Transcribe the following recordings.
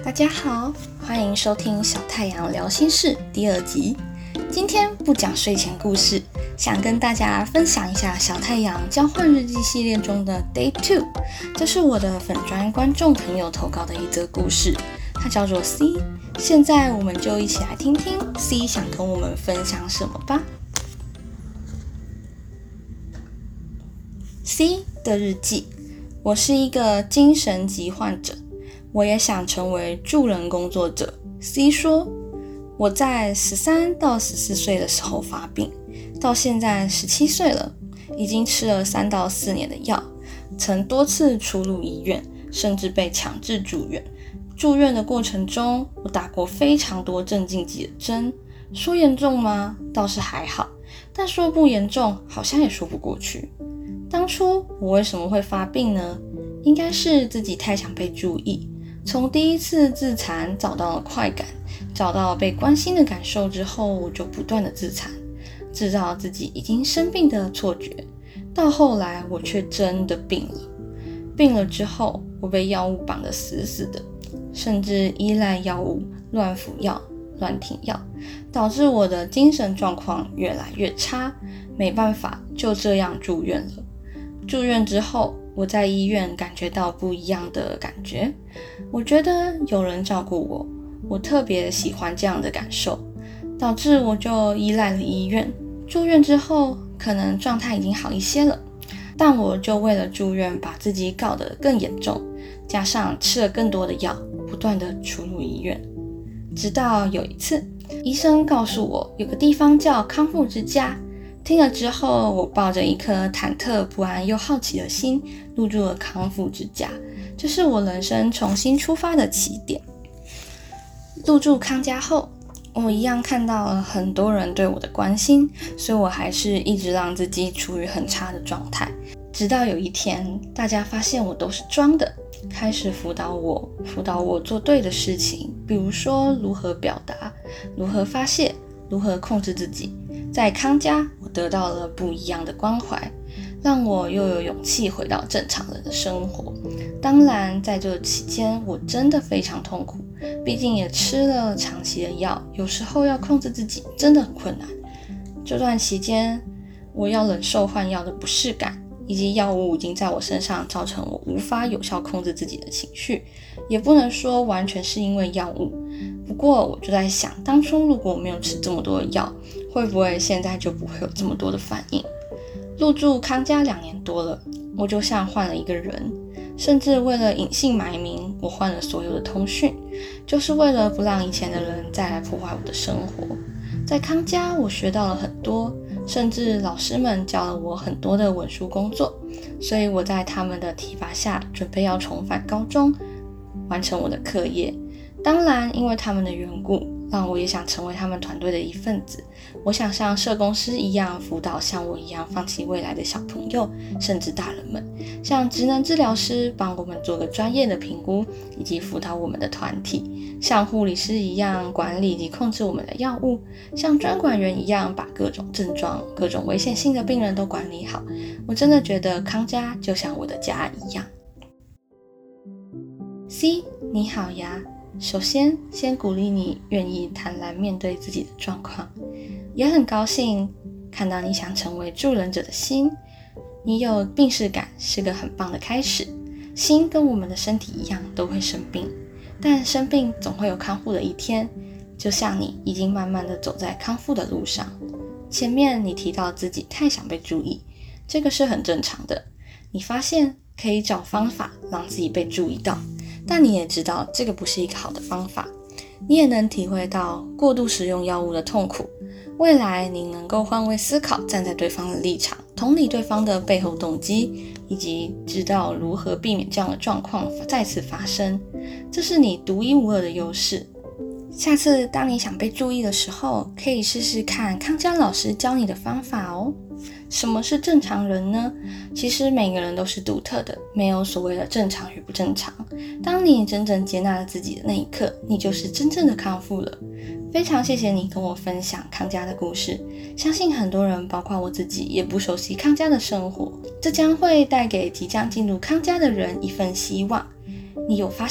大家好，欢迎收听小太阳聊心事第2集。今天不讲睡前故事，想跟大家分享一下小太阳交换日记系列中的 Day 2，这是我的粉专观众朋友投稿的一则故事，它叫做 C。现在我们就一起来听听 C 想跟我们分享什么吧。C 的日记，我是一个精神疾患者，我也想成为助人工作者。C 说，我在13到14岁的时候发病，到现在17岁了，已经吃了3到4年的药，曾多次出入医院，甚至被强制住院。住院的过程中，我打过非常多镇静剂的针，说严重吗？倒是还好，但说不严重，好像也说不过去。当初我为什么会发病呢？应该是自己太想被注意，从第一次自残找到了快感，找到被关心的感受之后，我就不断的自残，制造自己已经生病的错觉，到后来我却真的病了。病了之后，我被药物绑得死死的，甚至依赖药物，乱服药，乱停药，导致我的精神状况越来越差，没办法，就这样住院了。住院之后，我在医院感觉到不一样的感觉，我觉得有人照顾我，我特别喜欢这样的感受，导致我就依赖了医院。住院之后，可能状态已经好一些了，但我就为了住院把自己搞得更严重，加上吃了更多的药，不断的出入医院。直到有一次，医生告诉我有个地方叫康复之家，听了之后，我抱着一颗忐忑不安又好奇的心，入住了康复之家，这是我人生重新出发的起点。入住康家后，我一样看到了很多人对我的关心，所以我还是一直让自己处于很差的状态。直到有一天，大家发现我都是装的，开始辅导我做对的事情，比如说如何表达，如何发泄，如何控制自己。在康家，我得到了不一样的关怀，让我又有勇气回到正常人的生活。当然，在这期间，我真的非常痛苦，毕竟也吃了长期的药，有时候要控制自己真的很困难。这段期间，我要忍受换药的不适感，以及药物已经在我身上造成我无法有效控制自己的情绪，也不能说完全是因为药物。不过我就在想，当初如果我没有吃这么多的药，会不会现在就不会有这么多的反应？入住康家2年多了，我就像换了一个人，甚至为了隐姓埋名，我换了所有的通讯，就是为了不让以前的人再来破坏我的生活。在康家，我学到了很多，甚至老师们教了我很多的文书工作，所以我在他们的提拔下，准备要重返高中，完成我的课业。当然，因为他们的缘故，让我也想成为他们团队的一份子。我想像社工师一样辅导像我一样放弃未来的小朋友，甚至大人们。像职能治疗师帮我们做个专业的评估，以及辅导我们的团体。像护理师一样管理以及控制我们的药物。像专管员一样把各种症状、各种危险性的病人都管理好。我真的觉得康家就像我的家一样。C， 你好呀。首先鼓励你愿意坦然面对自己的状况，也很高兴看到你想成为助人者的心。你有病识感是个很棒的开始。心跟我们的身体一样都会生病，但生病总会有康复的一天，就像你已经慢慢的走在康复的路上。前面你提到自己太想被注意，这个是很正常的。你发现可以找方法让自己被注意到，但你也知道这个不是一个好的方法。你也能体会到过度使用药物的痛苦。未来你能够换位思考，站在对方的立场，同理对方的背后动机，以及知道如何避免这样的状况再次发生，这是你独一无二的优势。下次当你想被注意的时候，可以试试看康佳老师教你的方法哦。什么是正常人呢？其实每个人都是独特的，没有所谓的正常与不正常。当你真正接纳了自己的那一刻，你就是真正的康复了。非常谢谢你跟我分享康佳的故事，相信很多人包括我自己也不熟悉康佳的生活，这将会带给即将进入康佳的人一份希望。你有发现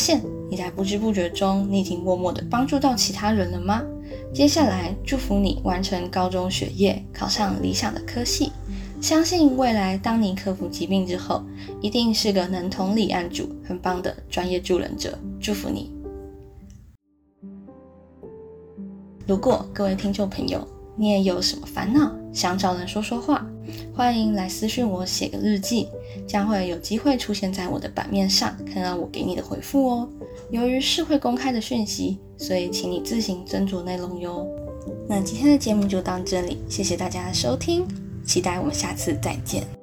你在不知不觉中，你已经默默地帮助到其他人了吗？接下来，祝福你完成高中学业，考上理想的科系。相信未来当你克服疾病之后，一定是个能同理案主、很棒的专业助人者。祝福你！如果各位听众朋友，你也有什么烦恼，想找人说说话，欢迎来私讯我写个日记，将会有机会出现在我的版面上，看到我给你的回复哦。由于是会公开的讯息，所以请你自行斟酌内容哟。那今天的节目就到这里，谢谢大家的收听，期待我们下次再见。